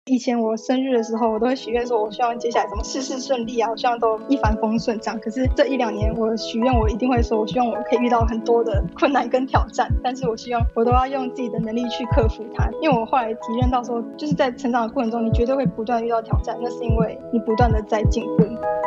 以前我生日的时候，我都会许愿说，我希望接下来什么事事顺利啊，我希望都一帆风顺这样。可是这1-2年，我许愿我一定会说，我希望我可以遇到很多的困难跟挑战，但是我希望我都要用自己的能力去克服它。因为我后来体验到说，就是在成长的过程中，你绝对会不断遇到挑战，那是因为你不断的在进步。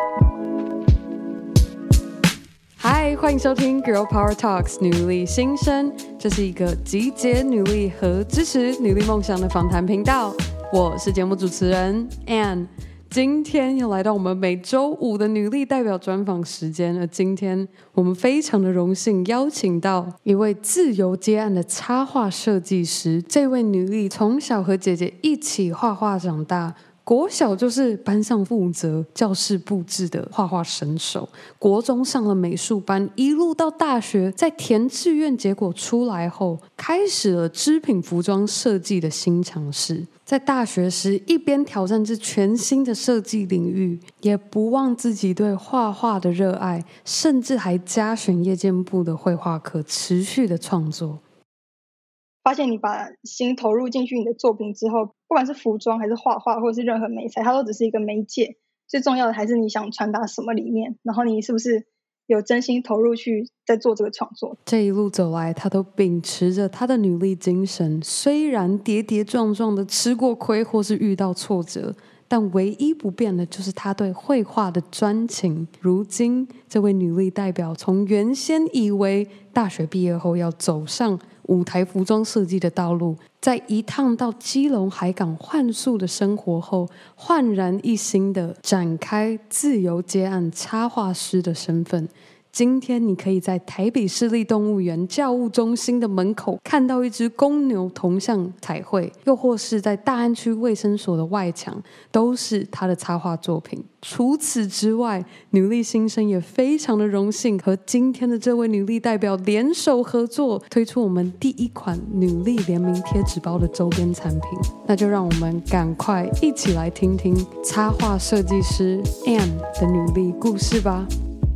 嗨，欢迎收听 Girl Power Talks 女力新生，这是一个集结女力和支持女力梦想的访谈频道。我是节目主持人 Ann， 今天又来到我们每周5的女力代表专访时间了。今天我们非常的荣幸邀请到一位自由接案的插画设计师。这位女力从小和姐姐一起画画长大，国小就是班上负责教室布置的画画神手，国中上了美术班，一路到大学，在填志愿结果出来后，开始了织品服装设计的新尝试。在大学时，一边挑战这全新的设计领域，也不忘自己对画画的热爱，甚至还加选夜间部的绘画课，持续的创作。 发现你把心投入进去你的作品之后，不管是服装还是画画或者是任何媒材，它都只是一个媒介，最重要的还是你想传达什么理念，然后你是不是有真心投入去在做这个创作。 这一路走来，他都秉持着他的女力精神，虽然跌跌撞撞的吃过亏或是遇到挫折，但唯一不变的就是他对绘画的专情。如今这位女力代表从原先以为大学毕业后要走上舞台服装设计的道路，在一趟到基隆海港换宿的生活后，焕然一新的展开自由接案插画师的身份。今天你可以在台北市立动物园教务中心的门口看到一只公牛铜像彩绘，又或是在大安区卫生所的外墙，都是他的插画作品。除此之外，女力新生也非常的荣幸和今天的这位女力代表联手合作，推出我们第一款女力联名贴纸包的周边产品。那就让我们赶快一起来听听插画设计师 Ann 的女力故事吧。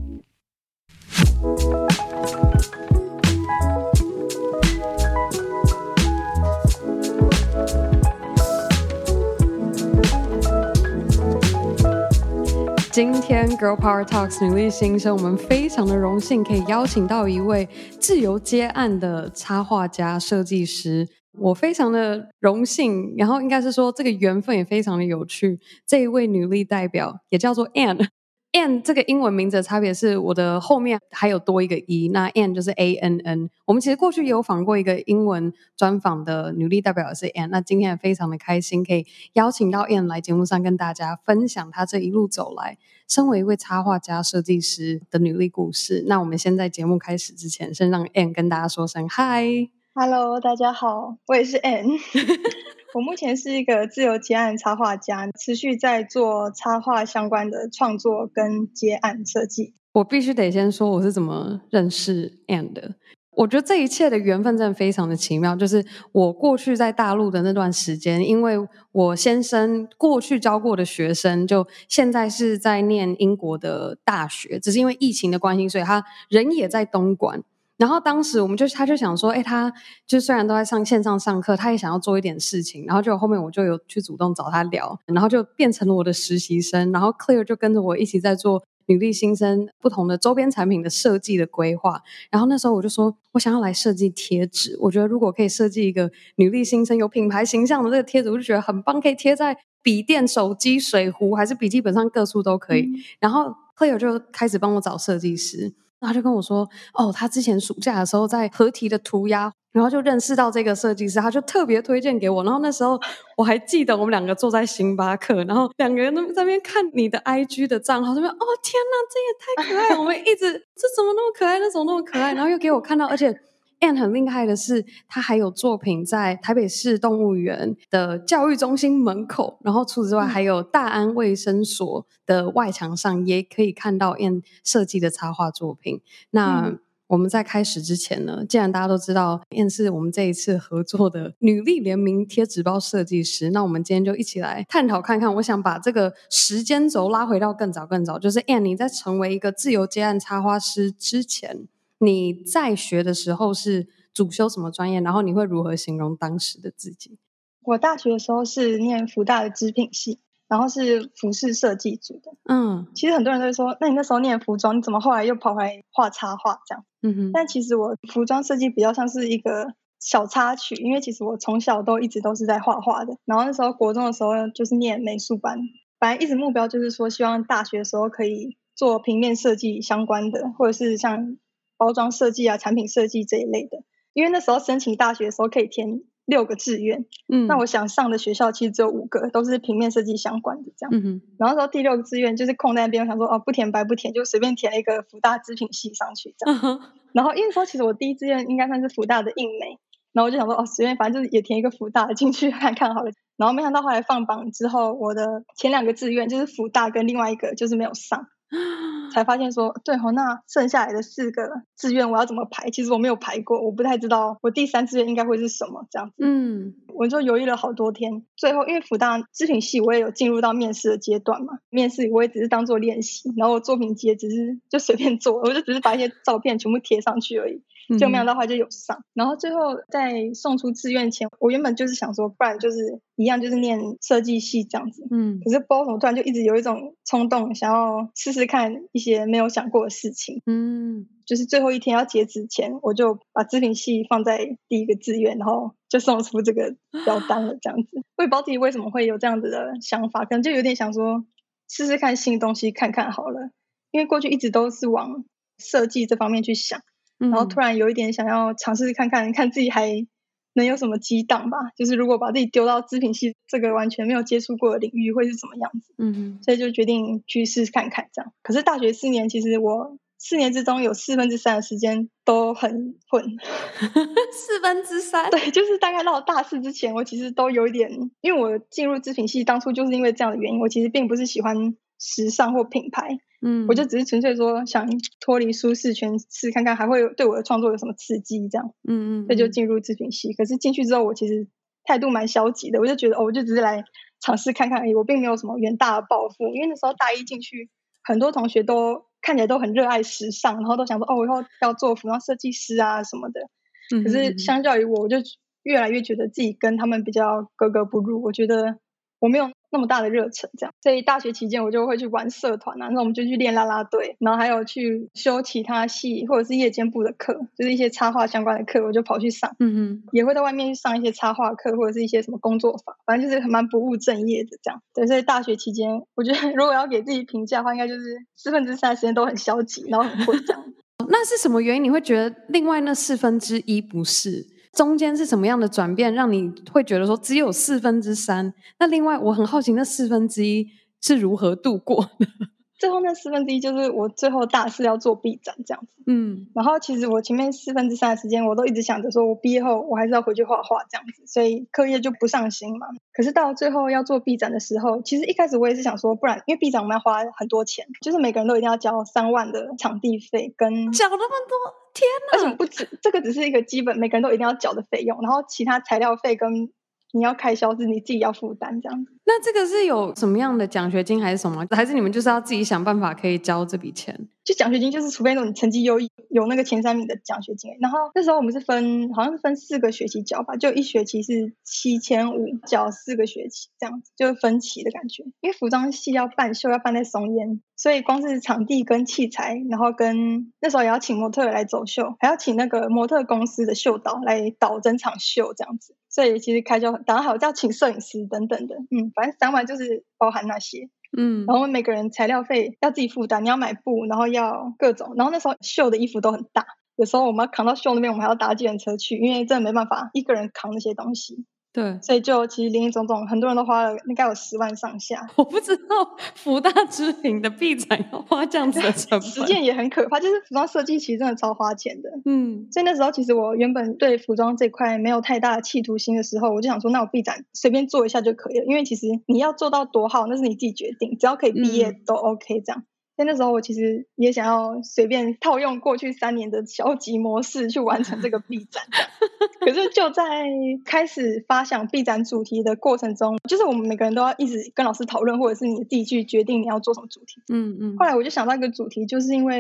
今天 Girl Power Talks 女力新生，我们非常的荣幸可以邀请到一位自由接案的插画家设计师。我非常的荣幸，然后应该是说这个缘分也非常的有趣。这一位女力代表也叫做 Ann。Ann 这个英文名字的差别是我的后面还有多一个 E， 那 Ann 就是 ANN。我们其实过去也有访过一个英文专访的女力代表也是 Ann， 那今天也非常的开心可以邀请到 Ann 来节目上跟大家分享她这一路走来身为一位插画家设计师的女力故事。那我们先在节目开始之前，先让 Ann 跟大家说声嗨。 Hello， 大家好，我也是 Ann 我目前是一个自由接案插画家，持续在做插画相关的创作跟接案设计。 我必须得先说我是怎么认识 Ann 的。我觉得这一切的缘分真的非常的奇妙，就是我过去在大陆的那段时间，因为我先生过去教过的学生就现在是在念英国的大学，只是因为疫情的关系，所以他人也在东莞。然后当时他就想说，他就虽然都在线上上课，他也想要做一点事情，然后就后面我就有去主动找他聊，然后就变成了我的实习生，然后 Claire 就跟着我一起在做女力新生不同的周边产品的设计的规划。然后那时候我就说我想要来设计贴纸，我觉得如果可以设计一个女力新生有品牌形象的这个贴纸，我就觉得很棒，可以贴在笔电、手机、水壶还是笔记本上各处都可以。然后 Claire 就开始帮我找设计师，他就跟我说他之前暑假的时候在合体的涂鸦，然后就认识到这个设计师，他就特别推荐给我。然后那时候我还记得我们两个坐在星巴克，然后两个人都在那边看你的 IG 的账号，这边天哪，这也太可爱了我们一直这怎么那么可爱，那怎么那么可爱，然后又给我看到，而且Ann 很厉害的是，他还有作品在台北市动物园的教育中心门口，然后除此之外还有大安卫生所的外墙上也可以看到 Ann 设计的插画作品。那我们在开始之前呢，既然大家都知道 Ann 是我们这一次合作的女力联名贴纸包设计师，那我们今天就一起来探讨看看。我想把这个时间轴拉回到更早，就是 Ann 你在成为一个自由接案插画师之前，你在学的时候是主修什么专业？然后你会如何形容当时的自己？ 我大学的时候是念福大的织品系，然后是服饰设计组的。其实很多人都会说，那你那时候念服装，你怎么后来又跑回来画插画这样？但其实我服装设计比较像是一个小插曲，因为其实我从小一直都是在画画的。然后那时候国中的时候就是念美术班，本来一直目标就是说希望大学的时候可以做平面设计相关的，或者是像包装设计啊、产品设计这一类的。因为那时候申请大学的时候可以填6个志愿，那我想上的学校其实只有5个，都是平面设计相关的这样。然后那时候第6个志愿就是空在那边，我想说不填白不填，就随便填了一个福大织品系上去这样。然后因为说其实我第一志愿应该算是福大的印美，然后我就想说随便反正就是也填一个福大的进去看看好了。然后没想到后来放榜之后，我的前2个志愿就是福大跟另外一个就是没有上。才发现说对那剩下来的4个志愿我要怎么排，其实我没有排过，我不太知道我第3志愿应该会是什么这样子。我就犹豫了好多天，最后因为福大织品系我也有进入到面试的阶段嘛，面试我也只是当做练习，然后我作品集也只是就随便做，我就只是把一些照片全部贴上去而已，就没想到后来就有上。然后最后在送出志愿前，我原本就是想说不然就是一样就是念设计系这样子。可是不知道为什么突然就一直有一种冲动想要试试看一些没有想过的事情。就是最后一天要截止前，我就把织品系放在第1个志愿，然后就送出这个表单了这样子。我也不知道自己为什么会有这样子的想法，可能就有点想说试试看新东西看看好了，因为过去一直都是往设计这方面去想，然后突然有一点想要尝试看看自己还能有什么激荡吧，就是如果把自己丢到织品系这个完全没有接触过的领域会是什么样子。所以就决定去试试看看这样。可是大学4年其实我4年之中有3/4的时间都很混。 3/4？ 对，就是大概到大4之前我其实都有一点，因为我进入织品系当初就是因为这样的原因，我其实并不是喜欢时尚或品牌，我就只是纯粹说想脱离舒适圈试看看还会对我的创作有什么刺激这样。所以就进入织品系。可是进去之后我其实态度蛮消极的，我就觉得我就只是来尝试看看而已，我并没有什么远大的抱负。因为那时候大一进去很多同学都看起来都很热爱时尚，然后都想说我以后要做服装设计师啊什么的。可是相较于我就越来越觉得自己跟他们比较格格不入，我觉得我没有那么大的热忱这样。所以大学期间我就会去玩社团啊，那我们就去练啦啦队，然后还有去修其他系或者是夜间部的课，就是一些插画相关的课我就跑去上。也会在外面上一些插画课或者是一些什么工作坊，反正就是蛮不务正业的这样。对，所以大学期间我觉得如果要给自己评价的话，应该就是3/4的时间都很消极，然后很混这样。 那是什么原因你会觉得另外那1/4不是？中间是什么样的转变让你会觉得说只有3/4？那另外我很好奇那1/4是如何度过的？ 最后那1/4就是我最后大4要做毕展这样子。然后其实我前面3/4的时间我都一直想着说我毕业后我还是要回去画画这样子，所以课业就不上心嘛。可是到最后要做毕展的时候，其实一开始我也是想说不然因为毕展我们要花很多钱，就是每个人都一定要交3万的场地费跟缴那么多，天哪！ 而且不止这个只是一个基本每个人都一定要缴的费用，然后其他材料费跟你要开销是你自己要负担这样子。 那这个是有什么样的奖学金还是什么？还是你们就是要自己想办法可以交这笔钱？ 就奖学金就是除非那种成绩优异有那个前3名的奖学金。然后那时候我们是好像是分4个学期缴吧，就1学期是7500，缴4个学期这样子，就分期的感觉。因为服装系要办秀要办在松烟，所以光是场地跟器材，然后跟那时候也要请模特来走秀，还要请那个模特公司的秀导来导整场秀这样子，所以其实开销很大，还有要请摄影师等等的。反正3万就是包含那些。然后每个人材料费要自己负担，你要买布，然后要各种，然后那时候秀的衣服都很大，有时候我们要扛到秀那边我们还要搭计程车去，因为真的没办法一个人扛那些东西。 对， 所以就其实林林总总很多人都花了应该有10万上下。 我不知道福大织品的毕展要花这样子的成本， 实践也很可怕，就是服装设计其实真的超花钱的。所以那时候其实我原本对服装这块没有太大的企图心的时候，我就想说那我毕展随便做一下就可以了，因为其实你要做到多好那是你自己决定，只要可以毕业都 OK 这样。所以那时候我其实也想要随便套用过去3年的消极模式去完成这个毕展可是就在开始发想毕展主题的过程中，就是我们每个人都要一直跟老师讨论，或者是你自己去决定你要做什么主题。后来我就想到一个主题，就是因为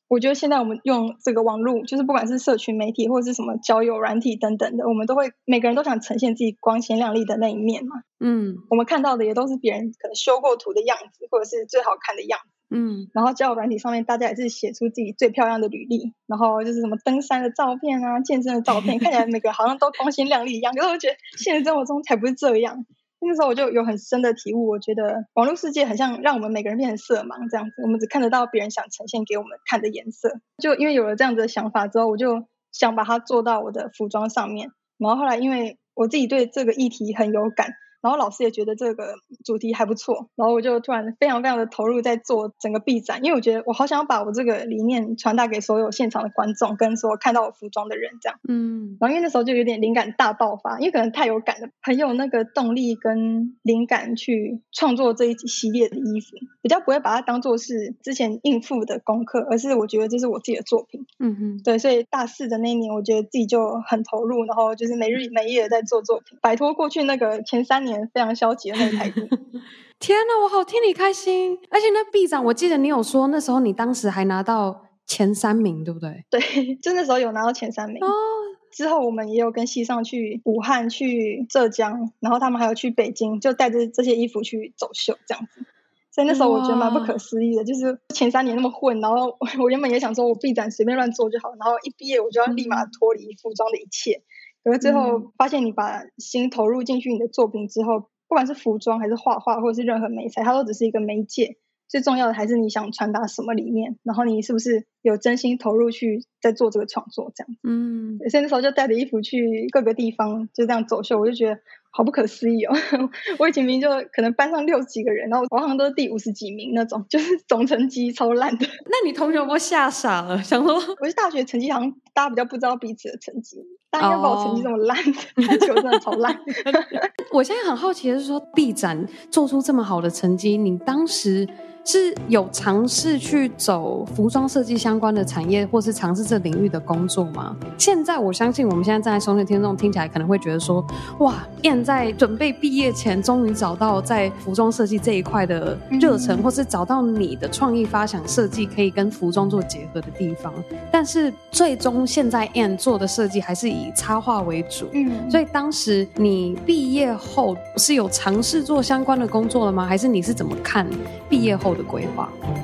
我觉得现在我们用这个网络，就是不管是社群媒体或者是什么交友软体等等的，我们都会每个人都想呈现自己光鲜亮丽的那一面嘛。我们看到的也都是别人可能修过图的样子，或者是最好看的样子。然后交友软体上面大家也是写出自己最漂亮的履历，然后就是什么登山的照片啊、健身的照片，看起来每个好像都光鲜亮丽一样。可是我觉得现实生活中才不是这样。那时候我就有很深的体悟，我觉得网络世界很像让我们每个人变成色盲这样子，我们只看得到别人想呈现给我们看的颜色。就因为有了这样子的想法之后，我就想把它做到我的服装上面。然后后来因为我自己对这个议题很有感，然后老师也觉得这个主题还不错，然后我就突然非常非常的投入在做整个毕展，因为我觉得我好想要把我这个理念传达给所有现场的观众跟所有看到我服装的人这样。然后因为那时候就有点灵感大爆发，因为可能太有感了，很有那个动力跟灵感去创作这一系列的衣服，比较不会把它当作是之前应付的功课，而是我觉得这是我自己的作品。对，所以大4的那一年我觉得自己就很投入，然后就是没日没夜的在做作品，摆脱过去那个前3年非常消极的那个态度。 天哪，我好替你开心！而且那毕展我记得你有说那时候你当时还拿到前3名，对不对？ 对，就那时候有拿到前3名。之后我们也有跟系上去武汉、去浙江，然后他们还有去北京，就带着这些衣服去走秀这样子。所以那时候我觉得蛮不可思议的，就是前3年那么混，然后我原本也想说我毕展随便乱做就好，然后一毕业我就要立马脱离服装的一切。可是最后发现你把心投入进去你的作品之后，不管是服装还是画画或者是任何媒材，它都只是一个媒介，最重要的还是你想传达什么理念，然后你是不是有真心投入去在做这个创作这样子。所以那时候就带着衣服去各个地方就这样走秀，我就觉得好不可思议哦。我以前明明就可能班上60几个人，然后我好像都是第50几名那种，就是总成绩超烂的。 那你同学有没有吓傻了，想说我是大学成绩好像大家比较不知道彼此的成绩，大家应该把我成绩这么烂的，但是我真的超烂。 我现在很好奇的是说，毕展做出这么好的成绩，你当时是有尝试去走服装设计相关的产业，或是尝试这领域的工作吗？现在我相信我们现在站在收听的听众听起来可能会觉得说，哇，Ann在准备毕业前终于找到在服装设计这一块的热忱，或是找到你的创意发想设计可以跟服装做结合的地方。但是最终现在 Ann 做的设计还是以插画为主。所以当时你毕业后是有尝试做相关的工作了吗？还是你是怎么看毕业后的规划？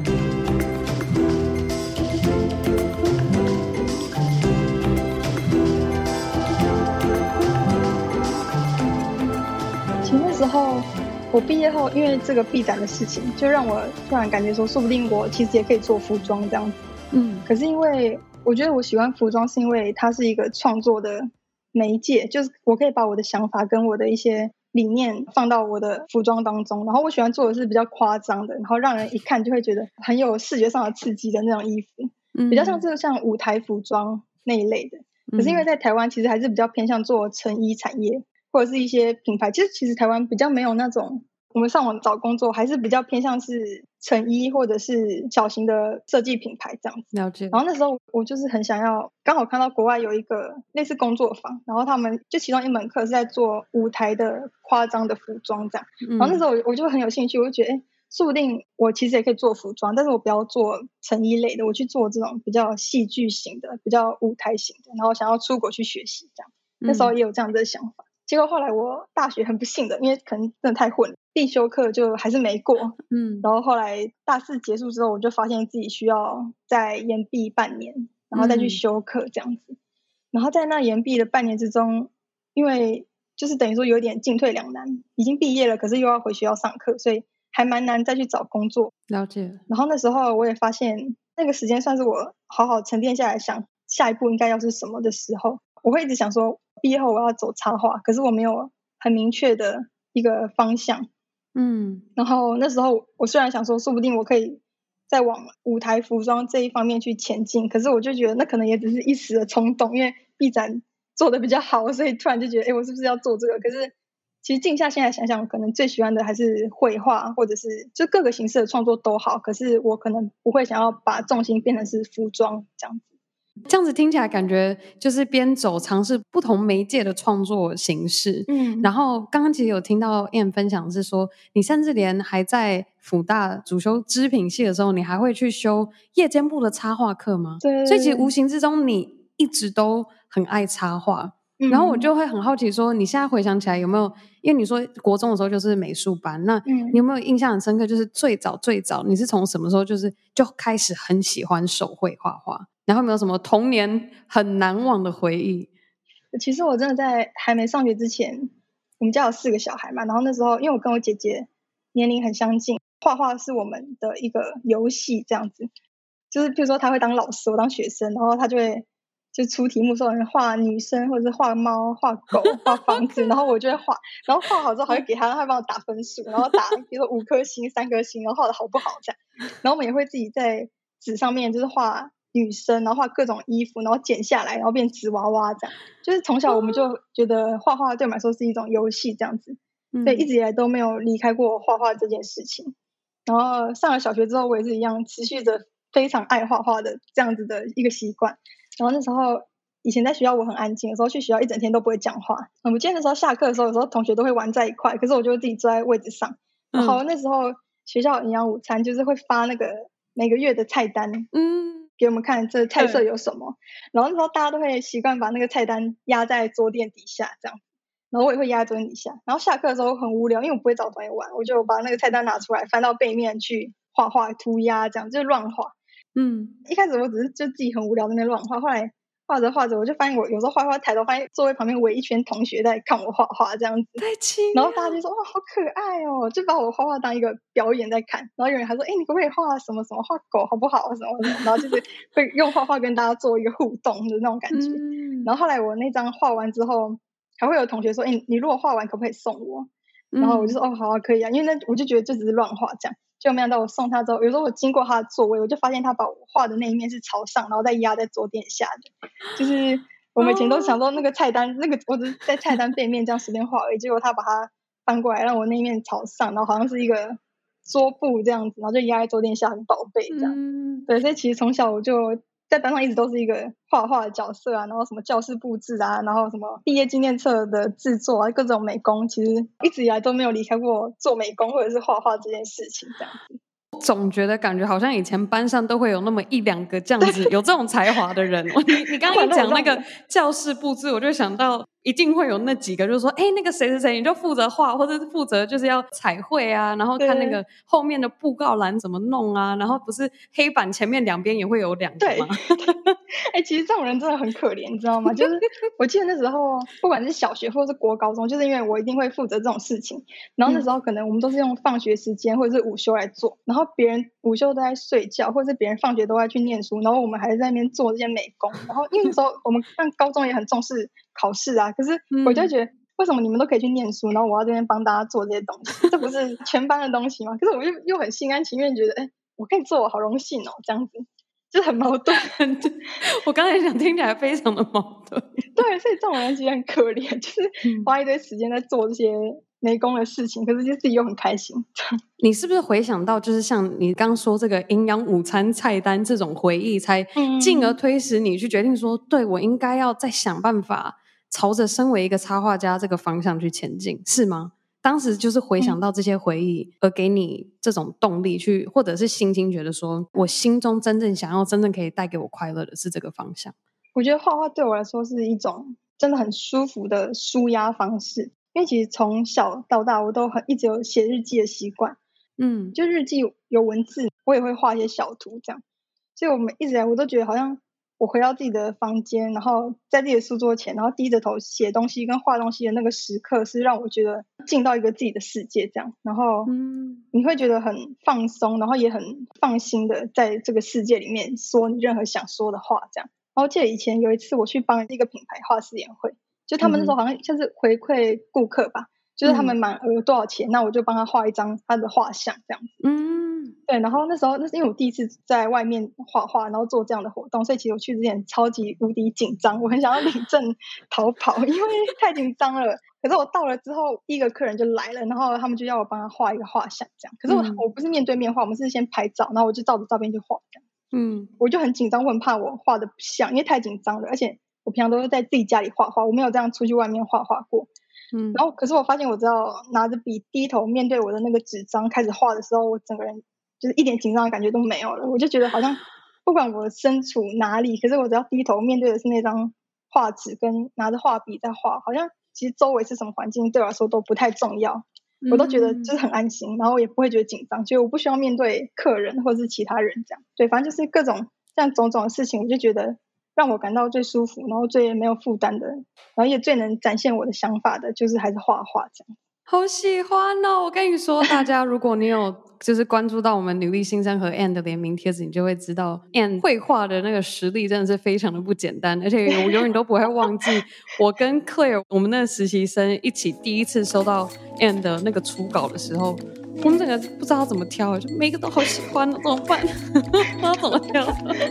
其实那时候我毕业后，因为这个毕展的事情，就让我突然感觉说，说不定我其实也可以做服装这样子。可是因为我觉得我喜欢服装，是因为它是一个创作的媒介，就是我可以把我的想法跟我的一些理念放到我的服装当中，然后我喜欢做的是比较夸张的，然后让人一看就会觉得很有视觉上的刺激的那种衣服，比较像舞台服装那一类的。可是因为在台湾其实还是比较偏向做成衣产业，或者是一些品牌，其实台湾比较没有那种，我们上网找工作还是比较偏向是成衣或者是小型的设计品牌这样子。 了解。 然后那时候我就是很想要，刚好看到国外有一个类似工作坊，然后他们就其中一门课是在做舞台的夸张的服装这样。然后那时候我就很有兴趣，我就觉得说不定我其实也可以做服装，但是我不要做成衣类的，我去做这种比较戏剧型的、比较舞台型的，然后想要出国去学习这样。那时候也有这样的想法。结果后来我大学很不幸的，因为可能真的太混了，必修课就还是没过。然后后来大4结束之后，我就发现自己需要再延毕半年，然后再去修课这样子。然后在那延毕的半年之中，因为就是等于说有点进退两难，已经毕业了，可是又要回学校上课，所以还蛮难再去找工作。 了解。 然后那时候我也发现，那个时间算是我好好沉淀下来想下一步应该要是什么的时候。我会一直想说毕业后我要走插画，可是我没有很明确的一个方向。然后那时候我虽然想说说不定我可以再往舞台服装这一方面去前进，可是我就觉得那可能也只是一时的冲动，因为毕展做得比较好，所以突然就觉得我是不是要做这个。可是其实静下心来想想，可能最喜欢的还是绘画，或者是就各个形式的创作都好，可是我可能不会想要把重心变成是服装这样子。 这样子听起来感觉就是边走尝试不同媒介的创作形式。然后刚刚其实有听到 Ann 分享是说，你甚至连还在辅大主修织品系的时候，你还会去修夜间部的插画课吗？ 对， 所以其实无形之中你一直都很爱插画。然后我就会很好奇说，你现在回想起来有没有，因为你说国中的时候就是美术班，那你有没有印象很深刻，就是最早你是从什么时候就开始很喜欢手绘画画，然后有没有什么童年很难忘的回忆？ 其实我真的在还没上学之前，我们家有4个小孩嘛，然后那时候因为我跟我姐姐年龄很相近，画画是我们的一个游戏这样子，就是比如说她会当老师，我当学生，然后她就会就出题目说画女生或者是画猫、画狗、画房子，然后我就会画，然后画好之后还会给她，她会帮我打分数，然后打比如说5颗星、3颗星，然后画的好不好这样，然后我们也会自己在纸上面就是画女生，然后画各种衣服，然后剪下来，然后变纸娃娃这样。就是从小我们就觉得画画对我们来说是一种游戏这样子，所以一直以来都没有离开过画画这件事情。然后上了小学之后，我也是一样持续着非常爱画画的这样子的一个习惯。然后那时候以前在学校我很安静，有时候去学校一整天都不会讲话。我记得那时候下课的时候，有时候同学都会玩在一块，可是我就会自己坐在位置上。然后那时候学校营养午餐就是会发那个每个月的菜单，给我们看这菜色有什么。然后那时候大家都会习惯把那个菜单压在桌垫底下这样，然后我也会压在桌垫底下。然后下课的时候很无聊，因为我不会找同学玩，我就把那个菜单拿出来，翻到背面去画画涂鸦，这样就乱画。一开始我只是就自己很无聊在那边乱画，后来画着画着，我就发现我有时候画抬头发现座位旁边围一圈同学在看我画画这样子， 太奇然后大家就说哇好可爱哦，就把我画画当一个表演在看。然后有人还说你可不可以画什么什么，画狗好不好什么什么，然后就是会用画画跟大家做一个互动的那种感觉。然后后来我那张画完之后，还会有同学说你如果画完可不可以送我？然后我就说好啊可以啊，因为那我就觉得就只是乱画这样。就没想到我送他之后，有时候我经过他的座位，我就发现他把我画的那一面是朝上，然后再压在桌垫下的。就是我们以前都想说那个菜单，那个我只是在菜单背面这样随便画而已，结果他把它翻过来，让我那一面朝上，然后好像是一个桌布这样子，然后就压在桌垫下，很宝贝这样。对，所以其实从小我就在班上一直都是一个画画的角色啊，然后什么教室布置啊，然后什么毕业纪念册的制作啊，各种美工，其实一直以来都没有离开过做美工或者是画画这件事情这样子。 总觉得感觉好像以前班上都会有那么1-2个这样子有这种才华的人。你刚刚一讲那个教室布置，我就想到一定会有那几个，就是说那个谁谁谁你就负责画，或者是负责就是要彩绘啊，然后看那个后面的布告栏怎么弄啊，然后不是黑板前面2边也会有2个吗？ 其实这种人真的很可怜，你知道吗？就是我记得那时候不管是小学或者是国高中，就是因为我一定会负责这种事情，然后那时候可能我们都是用放学时间或者是午休来做，然后别人午休都在睡觉，或者是别人放学都在去念书，然后我们还在那边做这些美工。然后因为那时候我们上高中也很重视考试啊，可是我就觉得为什么你们都可以去念书，然后我要这边帮大家做这些东西，这不是全班的东西吗？可是我又很心甘情愿觉得我可以做，我好荣幸哦，这样子就很矛盾。 我刚才想听起来非常的矛盾。 对，所以这种人其实很可怜，就是花一堆时间在做这些没功的事情，可是就自己又很开心。 你是不是回想到就是像你刚说这个营养午餐菜单这种回忆，才进而推使你去决定说对，我应该要再想办法朝着身为一个插画家这个方向去前进，是吗？当时就是回想到这些回忆而给你这种动力去，或者是心情觉得说我心中真正想要真正可以带给我快乐的是这个方向。 我觉得画画对我来说是一种真的很舒服的抒压方式，因为其实从小到大我都一直有写日记的习惯，就日记有文字，我也会画一些小图这样，所以我们一直以来我都觉得好像我回到自己的房间，然后在自己的书桌前，然后低着头写东西跟画东西的那个时刻，是让我觉得进到一个自己的世界这样，然后你会觉得很放松，然后也很放心的在这个世界里面说你任何想说的话这样。然后记得以前有一次我去帮一个品牌画试演会，就他们那时候好像就是回馈顾客吧，就是他们满额多少钱，那我就帮他画一张他的画像这样子。对，然后那时候那是因为我第一次在外面画画，然后做这样的活动，所以其实我去之前超级无敌紧张，我很想要领证逃跑，因为太紧张了。可是我到了之后，第一个客人就来了，然后他们就要我帮他画一个画像这样。可是我不是面对面画，我们是先拍照，然后我就照着照片去画这样。 我就很紧张，我很怕我画的不像，因为太紧张了，而且我平常都是在自己家里画画，我没有这样出去外面画过。然后可是我发现我只要拿着笔低头面对我的那个纸张开始画的时候，我整个人就是一点紧张的感觉都没有了。我就觉得好像不管我身处哪里，可是我只要低头面对的是那张画纸跟拿着画笔在画，好像其实周围是什么环境对我来说都不太重要，我都觉得就是很安心，然后也不会觉得紧张，觉得我不需要面对客人或是其他人这样。对，反正就是各种这样种种的事情，我就觉得让我感到最舒服，然后最没有负担的，然后也最能展现我的想法的，就是还是画画这样。 好喜欢哦！我跟你说，大家如果你有就是关注到我们女力新生和 Anne 的联名贴纸，你就会知道 Anne 绘画的那个实力真的是非常的不简单，而且我永远都不会忘记我跟 Claire 我们那个实习生一起第一次收到 Anne 的那个初稿的时候，我们整个不知道怎么挑，就每个都好喜欢哦，怎么办？不知道怎么挑。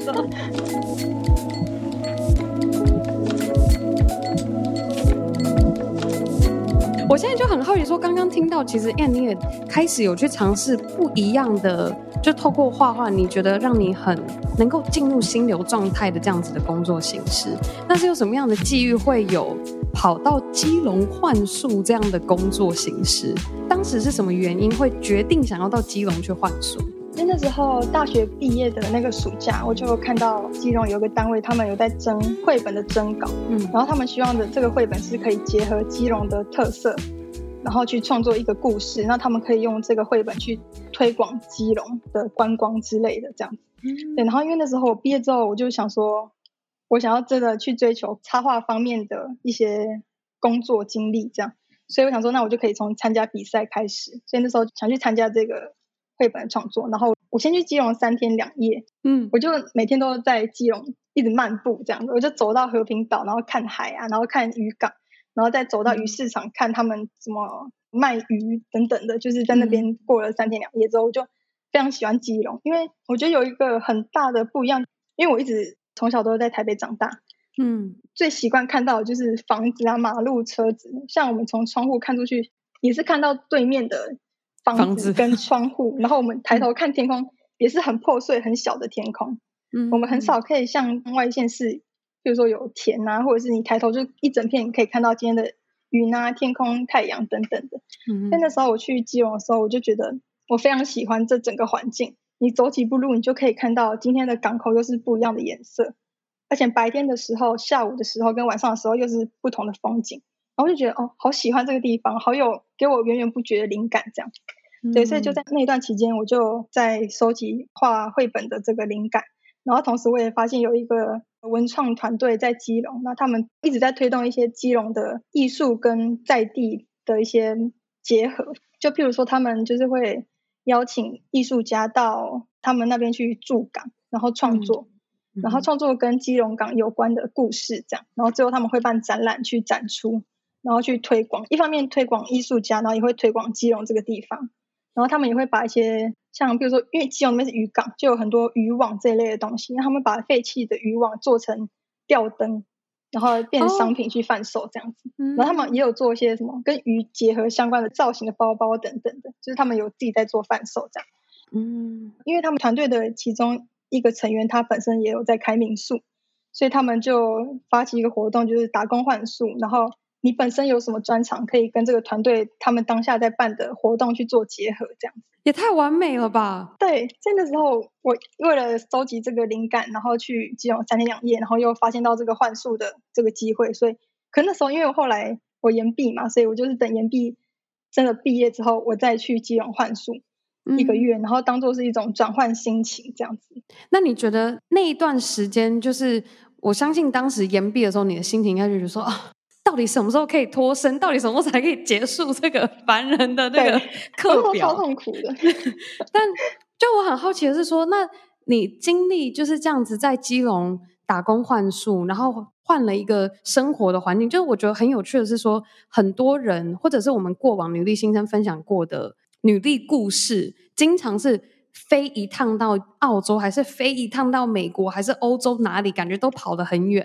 我现在就很好奇说，刚刚听到其实 Anne 你也开始有去尝试不一样的，就透过画画你觉得让你很能够进入心流状态的这样子的工作形式，那是有什么样的际遇会有跑到基隆换宿这样的工作形式？当时是什么原因会决定想要到基隆去换宿？ 因为那时候大学毕业的那个暑假，我就看到基隆有个单位，他们有在征绘本的征稿，然后他们希望的这个绘本是可以结合基隆的特色，然后去创作一个故事，那他们可以用这个绘本去推广基隆的观光之类的这样子。对，然后因为那时候我毕业之后，我就想说，我想要真的去追求插画方面的一些工作经历这样，所以我想说，那我就可以从参加比赛开始，所以那时候想去参加这个绘本的创作，然后我先去基隆3天2夜，我就每天都在基隆一直漫步这样子，我就走到和平岛，然后看海啊，然后看渔港，然后再走到鱼市场看他们怎么卖鱼等等的，就是在那边过了3天2夜之后，我就非常喜欢基隆，因为我觉得有一个很大的不一样，因为我一直从小都在台北长大，最习惯看到的就是房子啊、马路、车子，像我们从窗户看出去，也是看到对面的房子跟窗户，然后我们抬头看天空，也是很破碎、很小的天空。我们很少可以像外县市，比如说有田啊，或者是你抬头就一整片可以看到今天的云啊、天空、太阳等等的。但那时候我去基隆的时候，我就觉得我非常喜欢这整个环境。你走几步路，你就可以看到今天的港口又是不一样的颜色，而且白天的时候、下午的时候跟晚上的时候又是不同的风景。然后就觉得好喜欢这个地方，好有给我源源不绝的灵感这样。对，所以就在那段期间，我就在收集画绘本的这个灵感，然后同时我也发现有一个文创团队在基隆，那他们一直在推动一些基隆的艺术跟在地的一些结合，就譬如说他们就是会邀请艺术家到他们那边去驻港，然后创作，然后创作跟基隆港有关的故事这样，然后最后他们会办展览去展出，然后去推广，一方面推广艺术家，然后也会推广基隆这个地方。然后他们也会把一些像比如说因为基隆那边是渔港，就有很多渔网这一类的东西，他们把废弃的渔网做成吊灯，然后变成商品去贩售这样子。然后他们也有做一些什么跟鱼结合相关的造型的包包等等的，就是他们有自己在做贩售这样。因为他们团队的其中一个成员他本身也有在开民宿，所以他们就发起一个活动，就是打工换宿，然后你本身有什么专长可以跟这个团队他们当下在办的活动去做结合这样子。 也太完美了吧。 对，在那时候我为了收集这个灵感，然后去基隆3天2夜，然后又发现到这个换宿的这个机会，所以可能那时候因为后来我延毕嘛，所以我就是等延毕真的毕业之后，我再去基隆换宿1个月，然后当作是一种转换心情这样子。 那你觉得那一段时间，就是我相信当时延毕的时候，你的心情应该就是说到底什么时候可以脱身？到底什么时候才可以结束这个烦人的那个课表？ 超痛苦的。 但就我很好奇的是说，那你经历就是这样子在基隆打工换宿，然后换了一个生活的环境，就是我觉得很有趣的是说，很多人或者是我们过往女力新生分享过的女力故事，经常是飞一趟到澳洲，还是飞一趟到美国，还是欧洲哪里，感觉都跑得很远。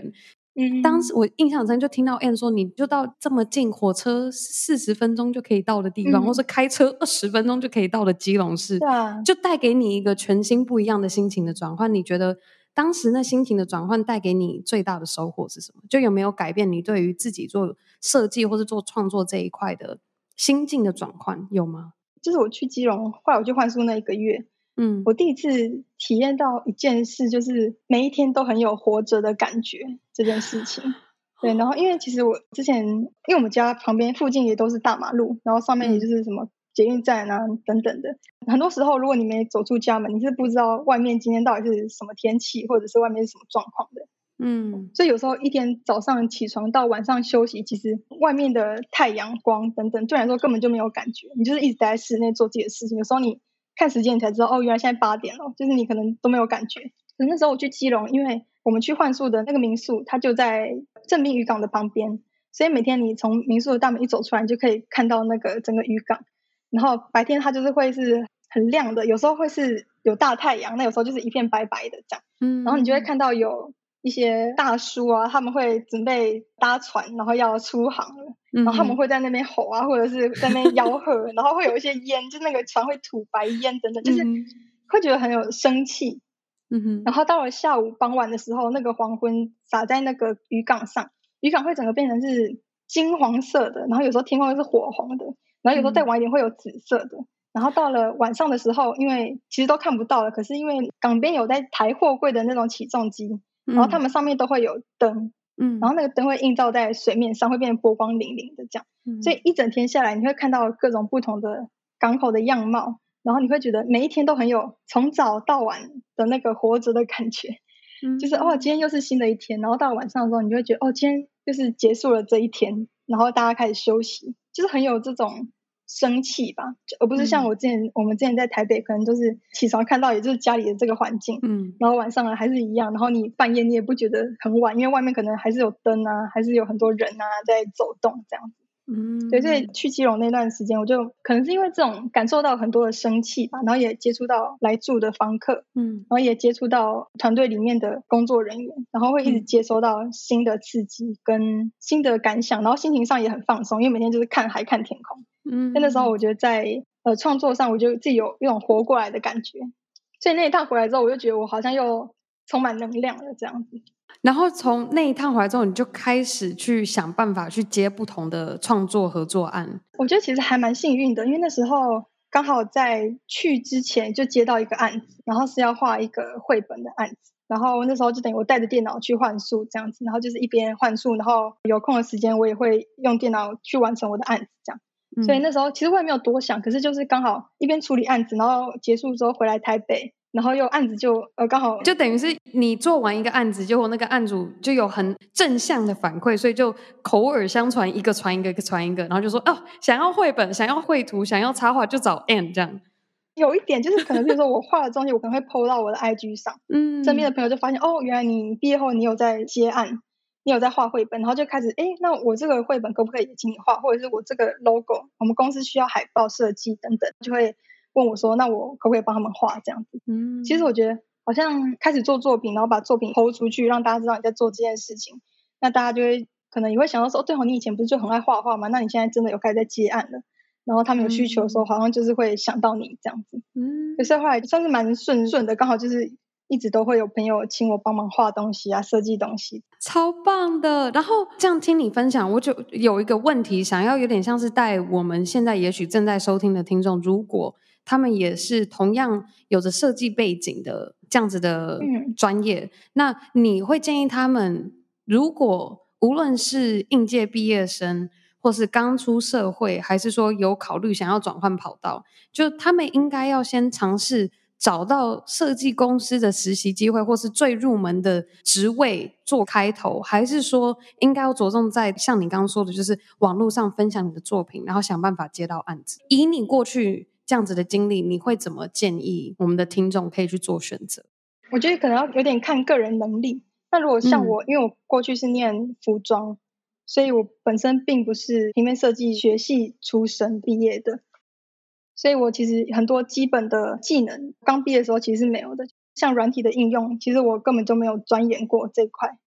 当时我印象中就听到 Ann 说，你就到这么近，火车40分钟就可以到的地方，或是开车20分钟就可以到的基隆市，就带给你一个全新不一样的心情的转换。你觉得当时那心情的转换带给你最大的收获是什么？就有没有改变你对于自己做设计或是做创作这一块的心境的转换？有吗？ 就是我去基隆，后来我去换宿那1个月，我第一次体验到一件事，就是每一天都很有活着的感觉这件事情。对，然后因为其实我之前，因为我们家旁边附近也都是大马路，然后上面也就是什么捷运站啊等等的，很多时候如果你没走出家门，你是不知道外面今天到底是什么天气，或者是外面是什么状况的。所以有时候一天早上起床到晚上休息，其实外面的太阳光等等对你来说根本就没有感觉，你就是一直待在室内做自己的事情。有时候你看时间你才知道，哦，原来现在8点了，就是你可能都没有感觉。可是那时候我去基隆，因为我们去换宿的那个民宿它就在正滨渔港的旁边，所以每天你从民宿的大门一走出来，你就可以看到那个整个渔港。然后白天它就是会是很亮的，有时候会是有大太阳，那有时候就是一片白白的这样。然后你就会看到有一些大叔啊，他们会准备搭船，然后要出航了，然后他们会在那边吼啊，或者是在那边吆喝，然后会有一些烟，就是那个船会吐白烟等等，就是会觉得很有生气。然后到了下午傍晚的时候，那个黄昏洒在那个渔港上，渔港会整个变成是金黄色的，然后有时候天空又是火红的，然后有时候再晚一点会有紫色的。然后到了晚上的时候，因为其实都看不到了，可是因为港边有在抬货柜的那种起重机，然后他们上面都会有灯，然后那个灯会映照在水面上，会变得波光粼粼的这样。所以一整天下来，你会看到各种不同的港口的样貌，然后你会觉得每一天都很有从早到晚的那个活着的感觉，就是今天又是新的一天。然后到了晚上的时候，你就会觉得今天就是结束了这一天，然后大家开始休息，就是很有这种生气吧，而不是像我们之前在台北，可能就是起床看到也就是家里的这个环境，然后晚上还是一样，然后你半夜你也不觉得很晚，因为外面可能还是有灯啊，还是有很多人啊在走动这样子。对，所以去基隆那段时间，我就可能是因为这种感受到很多的生气吧，然后也接触到来住的房客，然后也接触到团队里面的工作人员，然后会一直接收到新的刺激跟新的感想，然后心情上也很放松，因为每天就是看海看天空。那时候我觉得在创作上，我觉得自己有一种活过来的感觉，所以那一趟回来之后，我就觉得我好像又充满能量了这样子。 然后从那一趟回来之后，你就开始去想办法去接不同的创作合作案。 我觉得其实还蛮幸运的，因为那时候刚好在去之前就接到一个案子，然后是要画一个绘本的案子，然后那时候就等于我带着电脑去换宿这样子，然后就是一边换宿，然后有空的时间我也会用电脑去完成我的案子这样。所以那时候其实我也没有多想，可是就是刚好一边处理案子，然后结束之后回来台北，然后又案子就刚好就等于是你做完一个案子，结果那个案主就有很正向的反馈，所以就口耳相传，一个传一个，一个传一个，然后就说想要绘本，想要绘图，想要插画就找 Ann 这样。 有一点就是可能比如说我画的东西我可能会 po 到我的 IG 上，身边的朋友就发现原来你毕业后你有在接案，你有在画绘本，然后就开始那我这个绘本可不可以请你画，或者是我这个 logo 我们公司需要海报设计等等，就会问我说那我可不可以帮他们画这样子。其实我觉得好像开始做作品，然后把作品 po 出去让大家知道你在做这件事情，那大家就会可能也会想到说对你以前不是就很爱画画吗？那你现在真的有开始在接案了，然后他们有需求的时候好像就是会想到你这样子。所以后来算是蛮顺的，刚好就是一直都会有朋友请我帮忙画东西啊，设计东西， 超棒的。然后这样听你分享，我就有一个问题想要有点像是带我们现在也许正在收听的听众，如果他们也是同样有着设计背景的这样子的专业，那你会建议他们，如果无论是应届毕业生或是刚出社会，还是说有考虑想要转换跑道，就他们应该要先尝试找到设计公司的实习机会，或是最入门的职位做开头，还是说应该要着重在像你刚刚说的，就是网络上分享你的作品，然后想办法接到案子。以你过去这样子的经历，你会怎么建议我们的听众可以去做选择？ 我觉得可能要有点看个人能力。那如果像我因为我过去是念服装，所以我本身并不是平面设计学系出身毕业的，所以我其实很多基本的技能刚毕业的时候其实是没有的，像软体的应用其实我根本就没有钻研过这一块。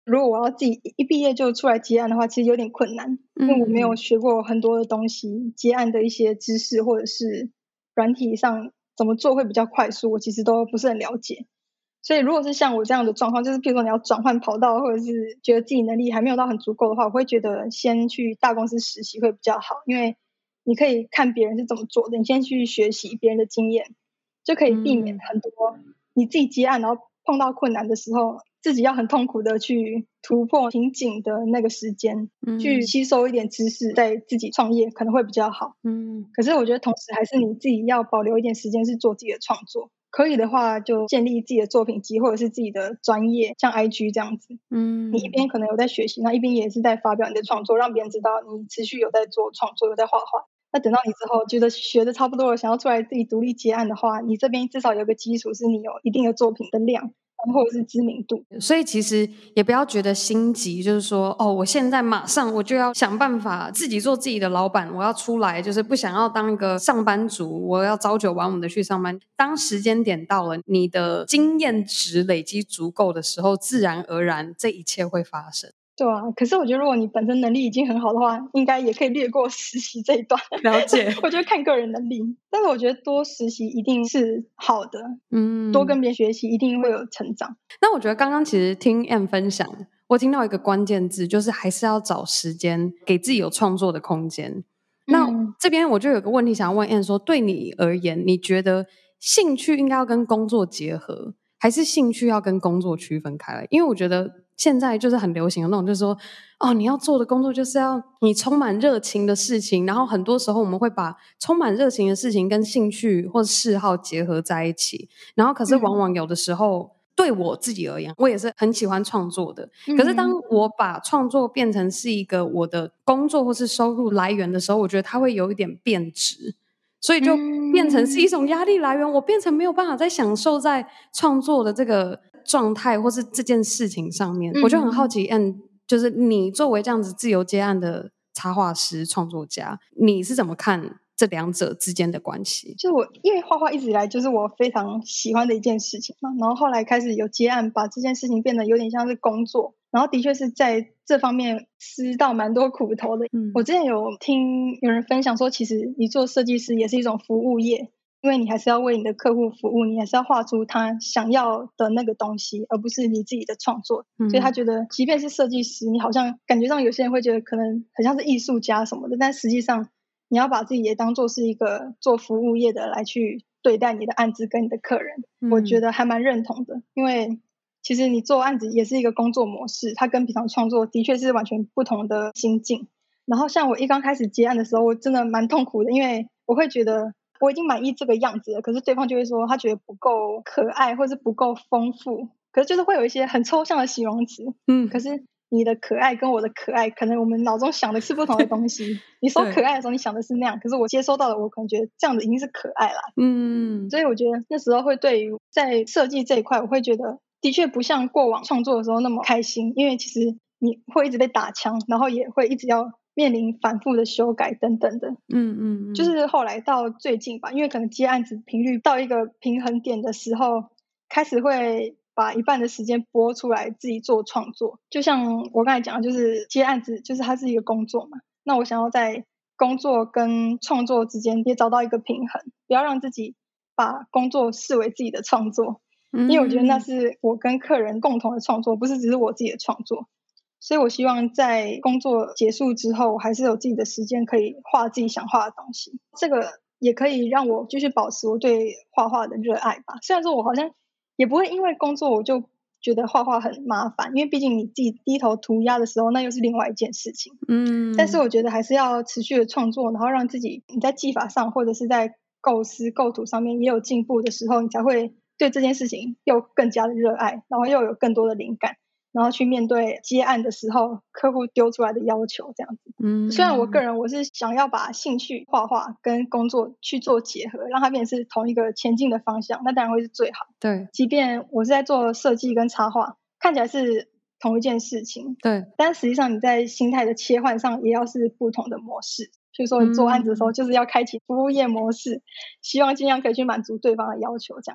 如果我要自己一毕业就出来接案的话，其实有点困难，因为我没有学过很多的东西，接案的一些知识或者是软体上怎么做会比较快速，我其实都不是很了解。所以如果是像我这样的状况，就是譬如说你要转换跑道，或者是觉得自己能力还没有到很足够的话，我会觉得先去大公司实习会比较好，因为你可以看别人是怎么做的，你先去学习别人的经验，就可以避免很多你自己接案然后碰到困难的时候，自己要很痛苦的去突破瓶颈的那个时间，去吸收一点知识，再自己创业可能会比较好。可是我觉得同时还是你自己要保留一点时间是做自己的创作，可以的话就建立自己的作品集或者是自己的专业，像 IG 这样子。你一边可能有在学习，那一边也是在发表你的创作，让别人知道你持续有在做创作，有在画画。那等到你之后觉得学的差不多了，想要出来自己独立接案的话，你这边至少有个基础是你有一定的作品的量或者是知名度。 所以其实也不要觉得心急，就是说我现在马上我就要想办法自己做自己的老板，我要出来，就是不想要当一个上班族，我要朝九晚五的去上班。当时间点到了，你的经验值累积足够的时候，自然而然这一切会发生。 对啊，可是我觉得如果你本身能力已经很好的话，应该也可以略过实习这一段。 了解。 我觉得看个人能力，但是我觉得多实习一定是好的，多跟别人学习一定会有成长。 那我觉得刚刚其实听 Ann 分享，我听到一个关键字，就是还是要找时间给自己有创作的空间。那这边我就有个问题想要问 Ann 说，对你而言，你觉得兴趣应该要跟工作结合，还是兴趣要跟工作区分开来？因为我觉得现在就是很流行的那种，就是说你要做的工作就是要你充满热情的事情，然后很多时候我们会把充满热情的事情跟兴趣或嗜好结合在一起，然后可是往往有的时候对我自己而言，我也是很喜欢创作的，可是当我把创作变成是一个我的工作或是收入来源的时候，我觉得它会有一点变质，所以就变成是一种压力来源，我变成没有办法再享受在创作的这个状态或是这件事情上面。我就很好奇就是你作为这样子自由接案的插画师创作家，你是怎么看这两者之间的关系？ 就我因为画画一直以来就是我非常喜欢的一件事情嘛，然后后来开始有接案，把这件事情变得有点像是工作，然后的确是在这方面吃到蛮多苦头的。我之前有听有人分享说，其实你做设计师也是一种服务业，因为你还是要为你的客户服务，你还是要画出他想要的那个东西，而不是你自己的创作。所以他觉得即便是设计师，你好像感觉上有些人会觉得可能很像是艺术家什么的，但实际上你要把自己也当作是一个做服务业的来去对待你的案子跟你的客人。我觉得还蛮认同的，因为其实你做案子也是一个工作模式，它跟平常创作的确是完全不同的心境。然后像我一刚开始接案的时候，我真的蛮痛苦的，因为我会觉得我已经满意这个样子了，可是对方就会说他觉得不够可爱或是不够丰富，可是就是会有一些很抽象的形容词。可是你的可爱跟我的可爱，可能我们脑中想的是不同的东西。你说可爱的时候，你想的是那样，可是我接收到的，我可能觉得这样子已经是可爱啦。所以我觉得那时候会对于在设计这一块，我会觉得的确不像过往创作的时候那么开心，因为其实你会一直被打枪，然后也会一直要面临反复的修改等等的。就是后来到最近吧，因为可能接案子频率到一个平衡点的时候，开始会把一半的时间拨出来自己做创作。就像我刚才讲的，就是接案子就是它是一个工作嘛，那我想要在工作跟创作之间也找到一个平衡，不要让自己把工作视为自己的创作，因为我觉得那是我跟客人共同的创作，不是只是我自己的创作。所以我希望在工作结束之后，还是有自己的时间可以画自己想画的东西，这个也可以让我继续保持我对画画的热爱吧。虽然说我好像也不会因为工作我就觉得画画很麻烦，因为毕竟你自己低头涂鸦的时候，那又是另外一件事情。但是我觉得还是要持续的创作，然后让自己你在技法上或者是在构思构图上面也有进步的时候，你才会对这件事情又更加的热爱，然后又有更多的灵感，然后去面对接案的时候客户丢出来的要求这样子。虽然我个人我是想要把兴趣画画跟工作去做结合，让它变成是同一个前进的方向，那当然会是最好。 对， 即便我是在做设计跟插画，看起来是同一件事情， 对， 但实际上你在心态的切换上也要是不同的模式。比如说你做案子的时候就是要开启服务业模式，希望尽量可以去满足对方的要求这样。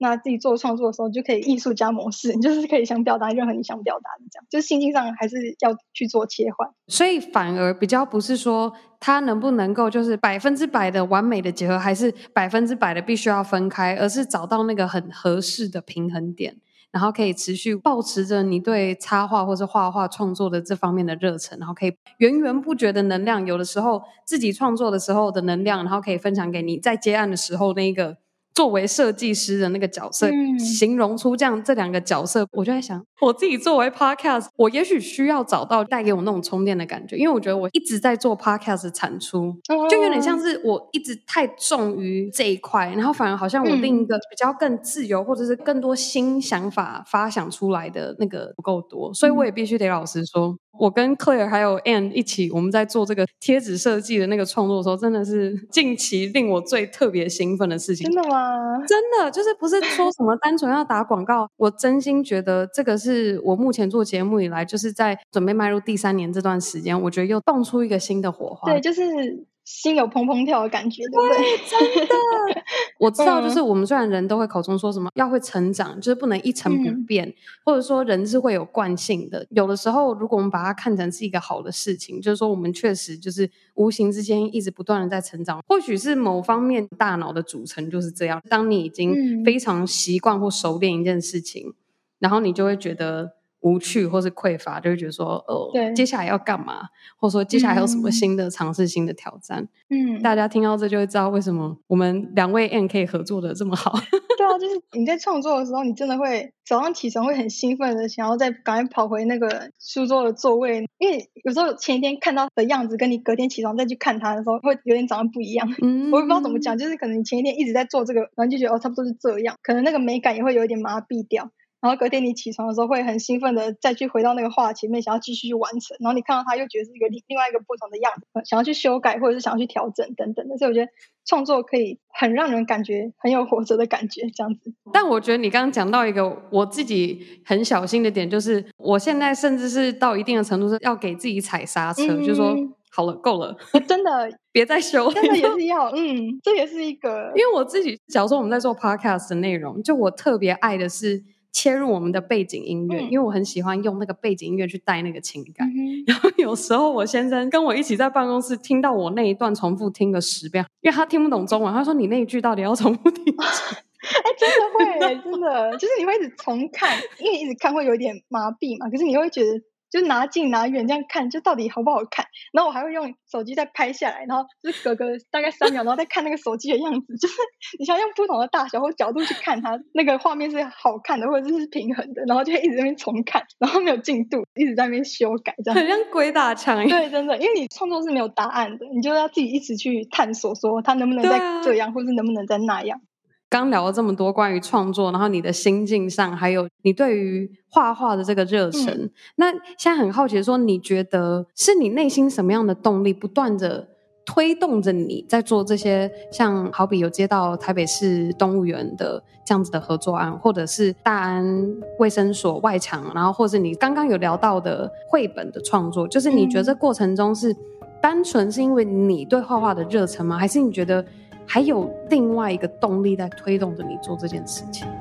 那自己做创作的时候就可以艺术家模式，你就是可以想表达任何你想表达的，这样就是心境上还是要去做切换。 所以反而比较不是说它能不能够就是100%的完美的结合，还是100%的必须要分开，而是找到那个很合适的平衡点，然后可以持续抱持着你对插画或是画画创作的这方面的热忱，然后可以源源不绝的能量，有的时候自己创作的时候的能量，然后可以分享给你在接案的时候那个作为设计师的那个角色，形容出这两个角色，我就在想，我自己作为 podcast， 我也许需要找到带给我那种充电的感觉，因为我觉得我一直在做 podcast 的产出，就有点像是我一直太重于这一块，然后反而好像我另一个比较更自由，或者是更多新想法发想出来的那个不够多，所以我也必须得老实说，我跟 Claire 还有 Anne 一起，我们在做这个贴纸设计的那个创作的时候，真的是近期令我最特别兴奋的事情。 真的吗？ 真的就是不是说什么单纯要打广告，我真心觉得这个是我目前做节目以来，就是在准备迈入第3年这段时间，我觉得又蹦出一个新的火花。 对，就是心有砰砰跳的感觉，对不对？ 真的。我知道就是我们虽然人都会口中说什么要会成长，就是不能一成不变，或者说人是会有惯性的，有的时候如果我们把它看成是一个好的事情，就是说我们确实就是无形之间一直不断的在成长，或许是某方面大脑的组成就是这样，当你已经非常习惯或熟练一件事情，然后你就会觉得无趣或是匮乏，就会觉得说接下来要干嘛，或者说接下来还有什么新的尝试、新的挑战。大家听到这就会知道为什么我们2位 Anne 可以合作的这么好。 对啊，就是你在创作的时候，你真的会早上起床会很兴奋的想要再赶快跑回那个书桌的座位，因为有时候前一天看到的样子跟你隔天起床再去看它的时候会有点长得不一样。我也不知道怎么讲，就是可能你前一天一直在做这个，然后就觉得差不多是这样，可能那个美感也会有一点麻痹掉，然后隔天你起床的时候会很兴奋的再去回到那个画前面，想要继续去完成，然后你看到它又觉得是一个另外一个不同的样子，想要去修改或者是想要去调整等等的，所以我觉得创作可以很让人感觉很有活着的感觉这样子。 但我觉得你刚刚讲到一个我自己很小心的点，就是我现在甚至是到一定的程度是要给自己踩刹车，就是说好了够了， 真的别再修了， 真的也是要这也是一个， 因为我自己假如说我们在做 podcast 的内容，就我特别爱的是切入我们的背景音乐，因为我很喜欢用那个背景音乐去带那个情感，然后有时候我先生跟我一起在办公室听到我那一段重复听了10遍，因为他听不懂中文，他说你那一句到底要重复听几遍？ 真的会真的就是你会一直重看，因为你一直看会有点麻痹嘛，可是你会觉得就拿近拿远这样看，就到底好不好看，然后我还会用手机再拍下来，然后就是隔个大概3秒，然后再看那个手机的样子，就是你想要用不同的大小或角度去看它，那个画面是好看的或者是平衡的，然后就会一直在那边重看，然后没有进度，一直在那边修改这样， 很像鬼打墙。 对，真的，因为你创作是没有答案的，你就要自己一直去探索说它能不能再这样，或是能不能再那样。 刚聊了这么多关于创作，然后你的心境上，还有你对于画画的这个热忱，那现在很好奇说，你觉得是你内心什么样的动力不断的推动着你在做这些，像好比有接到台北市动物园的这样子的合作案，或者是大安卫生所外墙，然后或是你刚刚有聊到的绘本的创作，就是你觉得这过程中是单纯是因为你对画画的热忱吗？还是你觉得还有另外一个动力在推动着你做这件事情？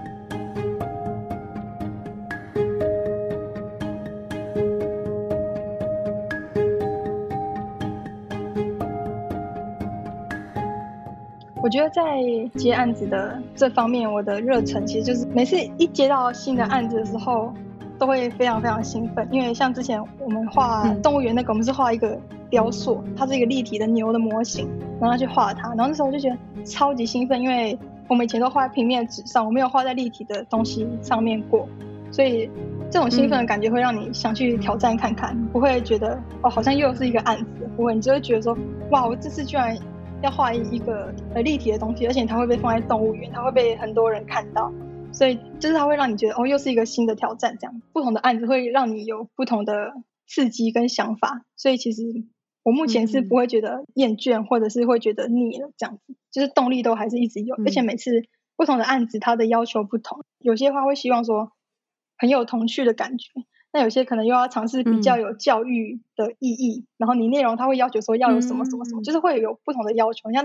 我觉得在接案子的这方面，我的热忱其实就是每次一接到新的案子的时候都会非常非常兴奋，因为像之前我们画动物园那个，我们是画一个雕塑，它是一个立体的牛的模型，然后去画它，然后那时候我就觉得超级兴奋，因为我们以前都画在平面纸上，我没有画在立体的东西上面过，所以这种兴奋的感觉会让你想去挑战看看，不会觉得好像又是一个案子，不会，你就会觉得说哇，我这次居然要画一个立体的东西，而且它会被放在动物园，它会被很多人看到，所以就是它会让你觉得又是一个新的挑战，这样不同的案子会让你有不同的刺激跟想法，所以其实我目前是不会觉得厌倦或者是会觉得腻了这样子，就是动力都还是一直有，而且每次不同的案子它的要求不同，有些话会希望说很有童趣的感觉，那有些可能又要尝试比较有教育的意义，然后你内容它会要求说要有什么什么什么，就是会有不同的要求。像在